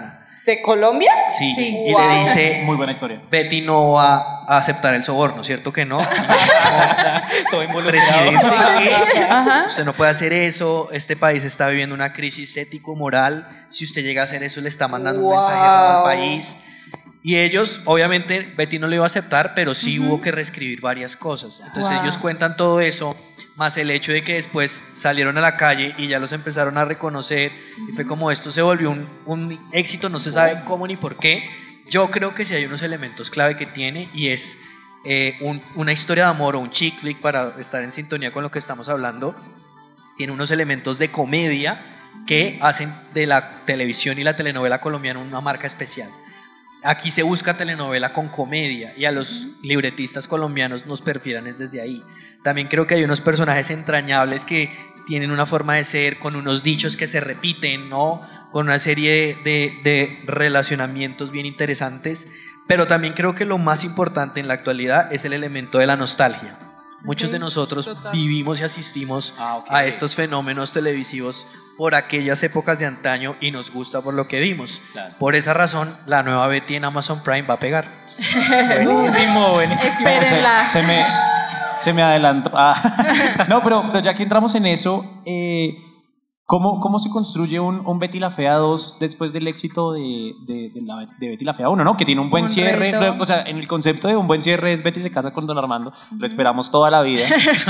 ¿De Colombia? Sí, Sí. y Wow. le dice, Muy buena historia. Betty no va a aceptar el soborno, ¿cierto que no? Todo involucrado. Presidente, Ajá. usted no puede hacer eso, este país está viviendo una crisis ético-moral, si usted llega a hacer eso le está mandando un mensaje erróneo al país. Y ellos, obviamente, Betty no lo iba a aceptar, pero sí hubo que reescribir varias cosas. Entonces Wow. ellos cuentan todo eso, más el hecho de que después salieron a la calle y ya los empezaron a reconocer, y fue como esto se volvió un éxito, no se sabe cómo ni por qué. Yo creo que sí hay unos elementos clave que tiene, y es una historia de amor o un chick flick, para estar en sintonía con lo que estamos hablando. Tiene unos elementos de comedia que hacen de la televisión y la telenovela colombiana una marca especial. Aquí se busca telenovela con comedia, y a los libretistas colombianos nos perfilan es desde ahí. También creo que hay unos personajes entrañables que tienen una forma de ser, con unos dichos que se repiten, ¿no? Con una serie de relacionamientos bien interesantes, pero también creo que lo más importante en la actualidad es el elemento de la nostalgia. Muchos de nosotros vivimos y asistimos a estos fenómenos televisivos por aquellas épocas de antaño, y nos gusta por lo que vimos. Claro. Por esa razón, la nueva Betty en Amazon Prime va a pegar. Buenísimo, buenísimo. Espérenla. Se me adelantó. No, pero ya que entramos en eso, ¿cómo se construye un Betty la Fea 2 después del éxito de Betty la Fea 1, ¿no? Que tiene un buen Un cierre. reto. O sea, en el concepto de un buen cierre es Betty se casa con Don Armando. Lo esperamos toda la vida.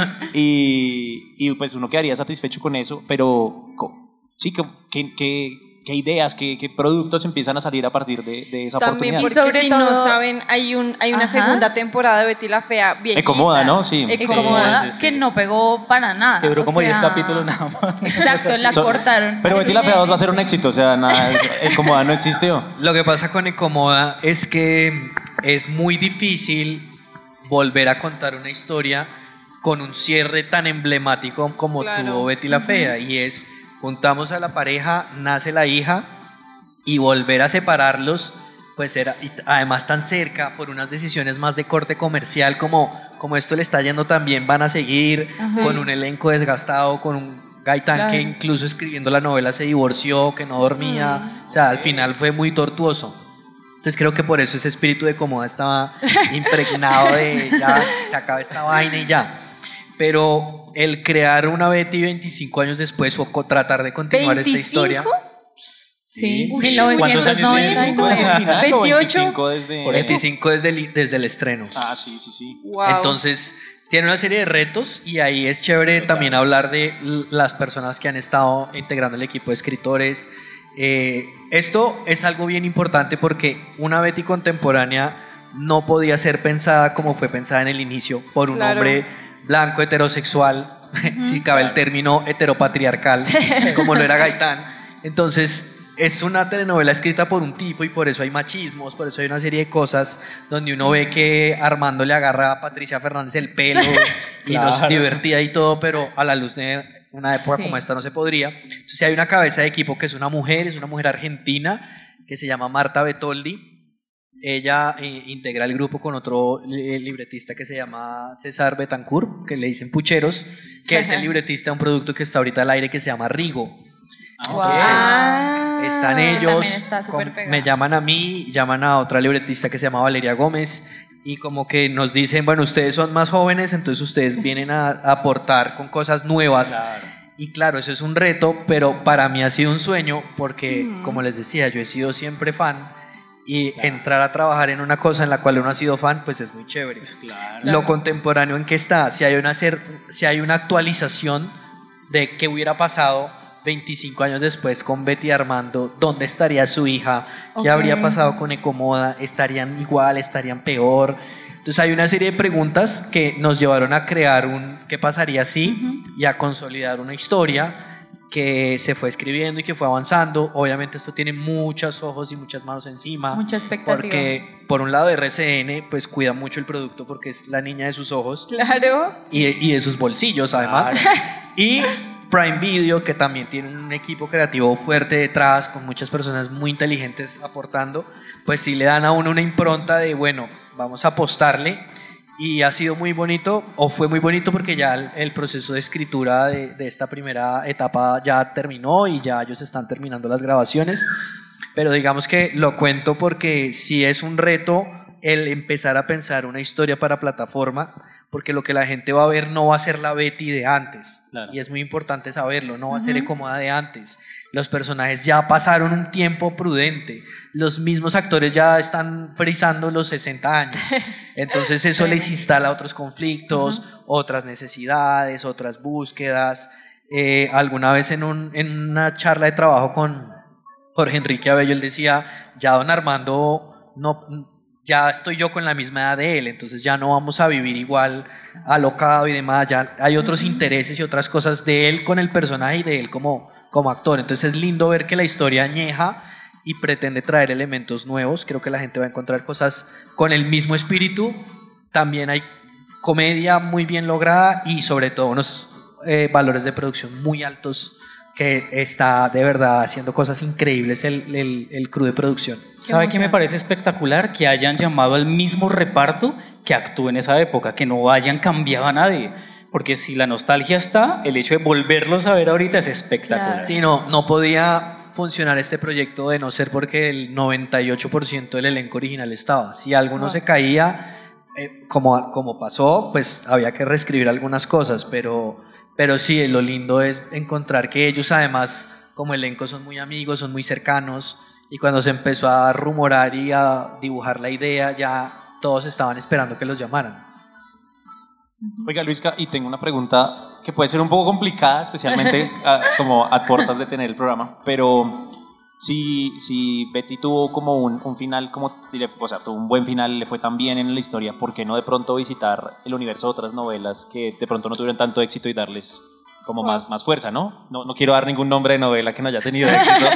y pues uno quedaría satisfecho con eso, pero sí, ¿qué ideas, qué productos empiezan a salir a partir de esa También oportunidad? porque sobre si todo- no saben, hay una Ajá. segunda temporada de Betty la Fea viejita. Ecomoda, ¿no? Sí. Ecomoda. Sí, sí, sí. Que no pegó para nada. Que duró o como 10 sea, capítulos nada más. Exacto, la So- cortaron. Pero Betty la Fea 2 va a ser un éxito, o sea, nada, Ecomoda no existió. Lo que pasa con Ecomoda es que es muy difícil volver a contar una historia con un cierre tan emblemático como Claro. tuvo Betty la Fea, y es: juntamos a la pareja, nace la hija, y volver a separarlos, pues era, y además tan cerca, por unas decisiones más de corte comercial, como esto le está yendo tan bien, van a seguir con un elenco desgastado, con un Gaitán Claro. que incluso escribiendo la novela se divorció, que no dormía, o sea, al final fue muy tortuoso. Entonces creo que por eso ese espíritu de Comoda estaba impregnado de ya, se acaba esta vaina y ya. Pero el crear una Betty 25 años después, o tratar de continuar esta historia. Sí, Uy, ¿cuántos años tiene? 1999. 28. 25 desde el estreno. Sí. Wow. Entonces tiene una serie de retos, y ahí es chévere también hablar de las personas que han estado integrando el equipo de escritores. Esto es algo bien importante porque una Betty contemporánea no podía ser pensada como fue pensada en el inicio, por un Claro. hombre blanco, heterosexual, si cabe el término heteropatriarcal, como lo era Gaitán. Entonces es una telenovela escrita por un tipo, y por eso hay machismos, por eso hay una serie de cosas donde uno ve que Armando le agarra a Patricia Fernández el pelo y nos Claro. divertía y todo, pero a la luz de una época como esta no se podría. Entonces hay una cabeza de equipo que es una mujer argentina que se llama Marta Betoldi. Ella integra el grupo con otro libretista que se llama César Betancourt, que le dicen Pucheros, que es el libretista de un producto que está ahorita al aire que se llama Rigo. Entonces, están ellos, También está súper pegado. me llaman a mí, llaman a otra libretista que se llama Valeria Gómez, y como que nos dicen, bueno, ustedes son más jóvenes, entonces ustedes vienen a aportar con cosas nuevas. Claro. Y claro, eso es un reto, pero para mí ha sido un sueño porque, como les decía, yo he sido siempre fan, y entrar a trabajar en una cosa en la cual uno ha sido fan, pues es muy chévere. Lo contemporáneo en que está, si hay una actualización de qué hubiera pasado 25 años después con Betty y Armando, ¿dónde estaría su hija? ¿Qué habría pasado con Ecomoda? ¿Estarían igual? ¿Estarían peor? Entonces hay una serie de preguntas que nos llevaron a crear ¿qué pasaría si? Y a consolidar una historia que se fue escribiendo y que fue avanzando. Obviamente esto tiene muchos ojos y muchas manos encima. Mucha expectativa. Porque por un lado RCN pues cuida mucho el producto porque es la niña de sus ojos. Claro. Y de sus bolsillos además. Y Prime Video, que también tiene un equipo creativo fuerte detrás, con muchas personas muy inteligentes aportando, pues sí le dan a uno una impronta de, bueno, vamos a apostarle. Y ha sido muy bonito, o fue muy bonito, porque ya el proceso de escritura de esta primera etapa ya terminó, y ya ellos están terminando las grabaciones. pero digamos que lo cuento porque sí es un reto el empezar a pensar una historia para plataforma, porque lo que la gente va a ver no va a ser la Betty de antes, claro. Y es muy importante saberlo, no va a ser Ecomoda de antes. Los personajes ya pasaron un tiempo prudente, los mismos actores ya están frisando los 60 años, entonces eso les instala otros conflictos, otras necesidades, otras búsquedas. Alguna vez en una charla de trabajo con Jorge Enrique Abello, él decía, ya don Armando no... ya estoy yo con la misma edad de él, entonces ya no vamos a vivir igual alocado y demás, ya hay otros intereses y otras cosas de él con el personaje y de él como actor, entonces es lindo ver que la historia añeja y pretende traer elementos nuevos, creo que la gente va a encontrar cosas con el mismo espíritu, también hay comedia muy bien lograda y sobre todo unos valores de producción muy altos, que está de verdad haciendo cosas increíbles el crew de producción. ¿Sabe qué me parece espectacular? Que hayan llamado al mismo reparto que actuó en esa época, que no hayan cambiado a nadie, porque si la nostalgia está, el hecho de volverlos a ver ahorita es espectacular. Claro. Sí, no podía funcionar este proyecto de no ser porque el 98% del elenco original estaba. Si alguno se caía, como pasó, pues había que reescribir algunas cosas, pero sí, lo lindo es encontrar que ellos además como elenco son muy amigos, son muy cercanos, y cuando se empezó a rumorar y a dibujar la idea ya todos estaban esperando que los llamaran. Oiga Luisca, y tengo una pregunta que puede ser un poco complicada, especialmente como a puertas de tener el programa, pero si Betty tuvo como un final, o sea, tuvo un buen final, le fue tan bien en la historia, ¿por qué no de pronto visitar el universo de otras novelas que de pronto no tuvieron tanto éxito y darles como más fuerza, ¿no? No quiero dar ningún nombre de novela que no haya tenido éxito.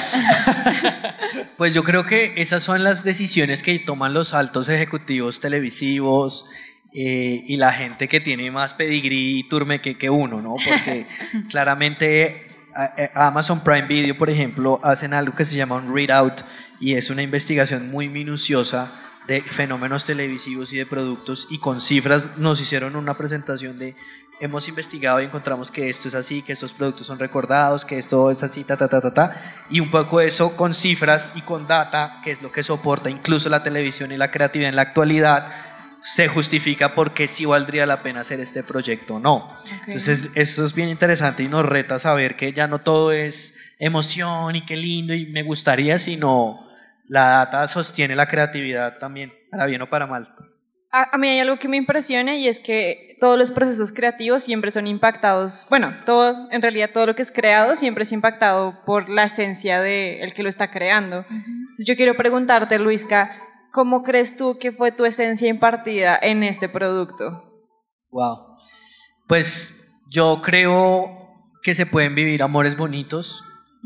Pues yo creo que esas son las decisiones que toman los altos ejecutivos televisivos y la gente que tiene más pedigrí y turme que uno, ¿no? Porque claramente Amazon Prime Video, por ejemplo, hacen algo que se llama un readout y es una investigación muy minuciosa de fenómenos televisivos y de productos, y con cifras nos hicieron una presentación de hemos investigado y encontramos que esto es así, que estos productos son recordados, que esto es así, y un poco eso con cifras y con data, que es lo que soporta incluso la televisión y la creatividad en la actualidad, se justifica por qué sí valdría la pena hacer este proyecto o no. Okay. Entonces eso es bien interesante y nos reta saber que ya no todo es emoción y qué lindo y me gustaría, sino la data sostiene la creatividad también, para bien o para mal. A mí hay algo que me impresiona y es que todos los procesos creativos siempre son impactados, en realidad todo lo que es creado siempre es impactado por la esencia del que lo está creando. Entonces yo quiero preguntarte, Luisca, ¿cómo crees tú que fue tu esencia impartida en este producto? Wow. Pues yo creo que se pueden vivir amores bonitos.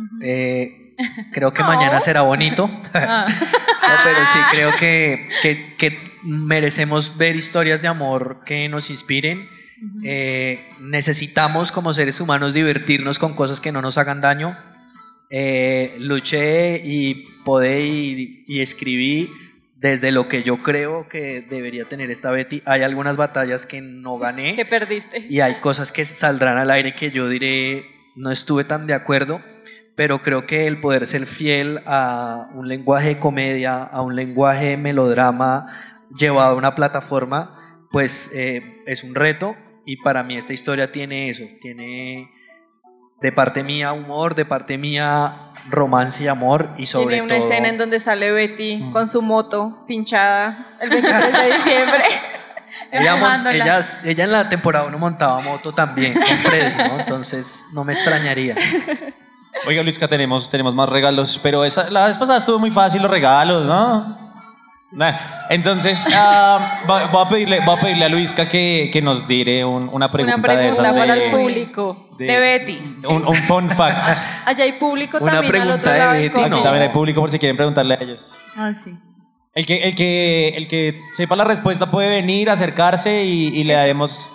Creo que mañana será bonito. No, pero sí creo que merecemos ver historias de amor que nos inspiren. Necesitamos como seres humanos divertirnos con cosas que no nos hagan daño. Luché y podé y escribí desde lo que yo creo que debería tener esta Betty. Hay algunas batallas que no gané, que perdiste, y hay cosas que saldrán al aire que yo diré no estuve tan de acuerdo, pero creo que el poder ser fiel a un lenguaje de comedia, a un lenguaje de melodrama llevado a una plataforma, pues es un reto, y para mí esta historia tiene eso, tiene de parte mía humor, de parte mía romance y amor, y sobre todo... Tiene una escena en donde sale Betty con su moto pinchada el 23 de diciembre. Ella en la temporada 1 montaba moto también con Freddy, ¿no? Entonces no me extrañaría. Oiga, Luisca, tenemos más regalos, pero la vez pasada estuvo muy fácil los regalos, ¿no? Entonces voy a pedirle a Luisca que nos dire una pregunta de esas para el público de Betty. Un fun fact. Allá hay público una también al otro lado. Betty, no. También hay público por si quieren preguntarle a ellos. Sí. El que sepa la respuesta puede venir, acercarse y le daremos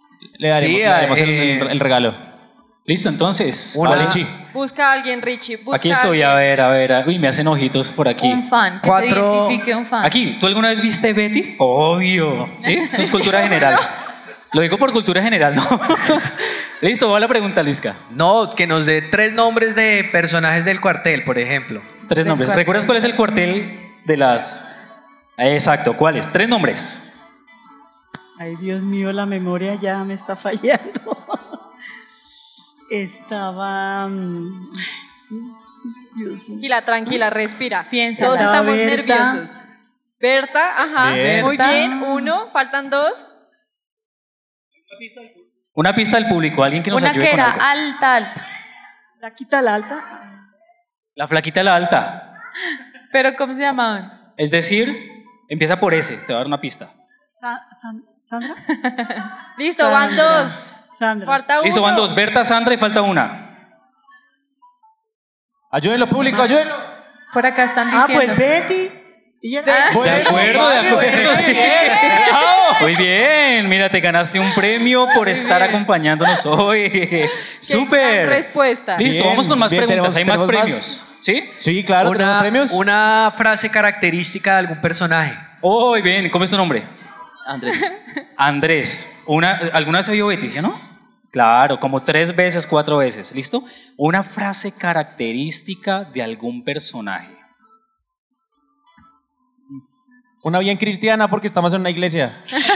el regalo. Listo, entonces. Busca a alguien, Richie. Aquí estoy, a ver. Uy, me hacen ojitos por aquí. Un fan, que se identifique un fan. Aquí, ¿tú alguna vez viste Betty? Obvio, ¿sí? Eso es cultura general. Lo digo por cultura general, ¿no? Listo, va la pregunta, Luisca. No, que nos dé 3 nombres de personajes del cuartel, por ejemplo. 3 nombres. ¿Recuerdas cuál es el cuartel de las...? Exacto, ¿cuáles? 3 nombres. Ay, Dios mío, la memoria ya me está fallando. Estaba... Dios mío. Tranquila, respira. Piensa. Todos estamos Berta. nerviosos. Berta, ajá, Bien. muy bien. 1, faltan 2. Una pista del público, alguien que nos Una ayude que con era algo. alta. La quita la alta. La flaquita de la alta. Pero ¿cómo se llamaban? Es decir, empieza por S, te voy a dar una pista. ¿Sandra? Listo, van 2. Sandra. Falta 1. Listo, van 2. Berta, Sandra y falta una. Ayúdenlo, público, ayúdenlo. Por acá están Ah, diciendo. pues Betty. Y ya- De acuerdo, de acuerdo. Sí. Muy bien, mira, te ganaste un premio por estar acompañándonos hoy. ¡Súper! Respuesta. Listo, Bien, vamos con más bien, preguntas. Hay más tenemos premios. ¿Sí? Sí, claro, tenemos premios. Una frase característica de algún personaje. Oh, bien, ¿cómo es tu nombre? Andrés. Andrés. ¿Alguna vez se vio Betty, sí o no? Claro, como 3 veces, 4 veces. ¿Listo? Una frase característica de algún personaje. Una bien cristiana porque estamos en una iglesia.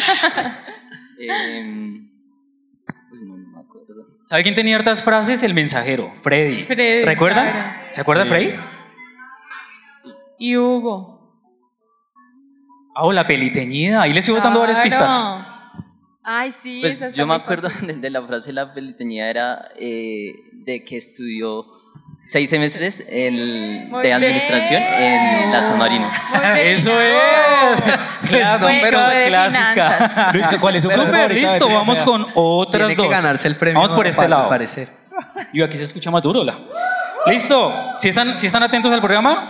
¿Sabe quién tenía hartas frases? El mensajero, Freddy. Freddy, ¿Recuerdan? claro. ¿Se acuerda de Freddy? Y Hugo. Oh, la peliteñida. Ahí les iba dando varias pistas. Ay, sí. Pues esa está yo me muy acuerdo fácil. de la frase de la peliteñida era de que estudió 6 semestres Muy de administración en la San Marino. Eso es. Clásica, de clásica. finanzas. Luis, ¿cuál es su frase Súper, favorita? listo. Vamos con otras Tiene dos. que ganarse el premio. Vamos por este al lado. parecer. Y aquí se escucha más duro. Listo. ¿Sí están atentos al programa?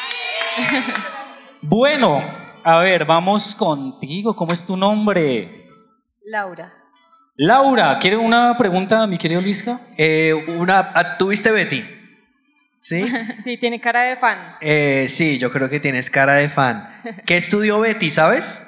Bueno, a ver, vamos contigo. ¿Cómo es tu nombre? Laura. Laura, ¿quiere una pregunta, mi querido Luisca? ¿Tuviste Betty? ¿Sí? Sí, tiene cara de fan. Sí, yo creo que tienes cara de fan. ¿Qué estudió Betty, sabes?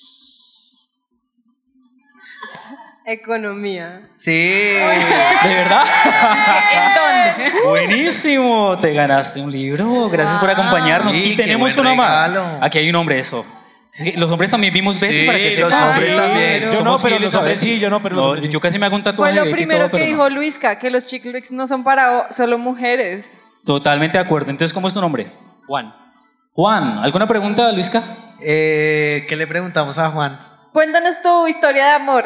Economía. Sí. ¿De verdad? ¿En dónde? Buenísimo, te ganaste un libro. Gracias por acompañarnos. Sí, Y tenemos qué una buen más. regalo. Aquí hay un hombre, eso. Sí, los hombres también vimos Betty Sí, para que los sepan. hombres también. Yo no, pero los hombres sí, Yo casi me hago un tatuaje Fue lo de Betty y primero todo, que pero dijo Luisca, que los chick flicks no son para solo mujeres. no. Totalmente de acuerdo. Entonces, ¿cómo es tu nombre? Juan. Juan, ¿alguna pregunta, Luisca? ¿Qué le preguntamos a Juan? Cuéntanos tu historia de amor.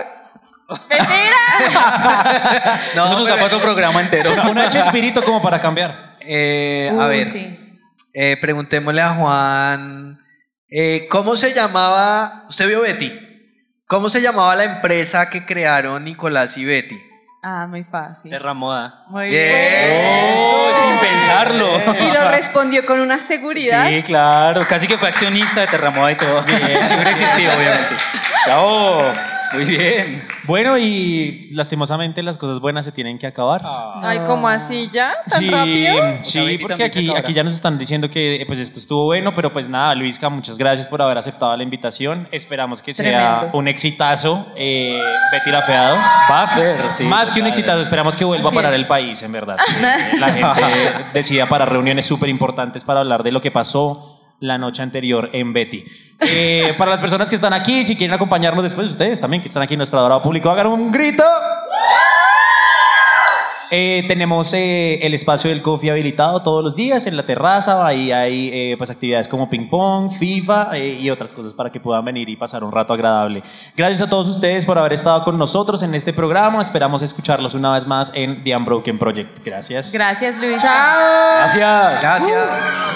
¡Mentira! No, eso nos da para otro programa entero. Una Chespirito como para cambiar. A ver, Sí. preguntémosle a Juan, ¿cómo se llamaba, usted vio Betty? ¿Cómo se llamaba la empresa que crearon Nicolás y Betty? Ah, muy fácil. Terramoda. Muy Bien. bien. Oh, sin pensarlo. Y lo respondió con una seguridad. Sí, claro. Casi que fue accionista de Terramoda y todo. Si hubiera existido, obviamente. Bravo. Muy bien. Bueno, y lastimosamente las cosas buenas se tienen que acabar. Ay, ¿cómo así ya? ¿Tan Sí, rápido? sí, La Betty porque también se aquí acabará. ya nos están diciendo que pues esto estuvo bueno, pero pues nada, Luisca, muchas gracias por haber aceptado la invitación. Esperamos que sea Tremendo. un exitazo. Betty la Fea 2. Va a ser, sí. Más que un exitazo, esperamos que vuelva Así a parar es. el país, en verdad. La gente decida para reuniones súper importantes para hablar de lo que pasó la noche anterior en Betty. Para las personas que están aquí, si quieren acompañarnos después, ustedes también que están aquí en nuestro adorado público, hagan un grito. Tenemos el espacio del coffee habilitado todos los días en la terraza. Ahí hay pues actividades como ping pong, FIFA y otras cosas para que puedan venir y pasar un rato agradable. Gracias a todos ustedes por haber estado con nosotros en este programa. Esperamos escucharlos una vez más en The Unbroken Project. Gracias. Gracias, Luis. Chao. Gracias. Gracias.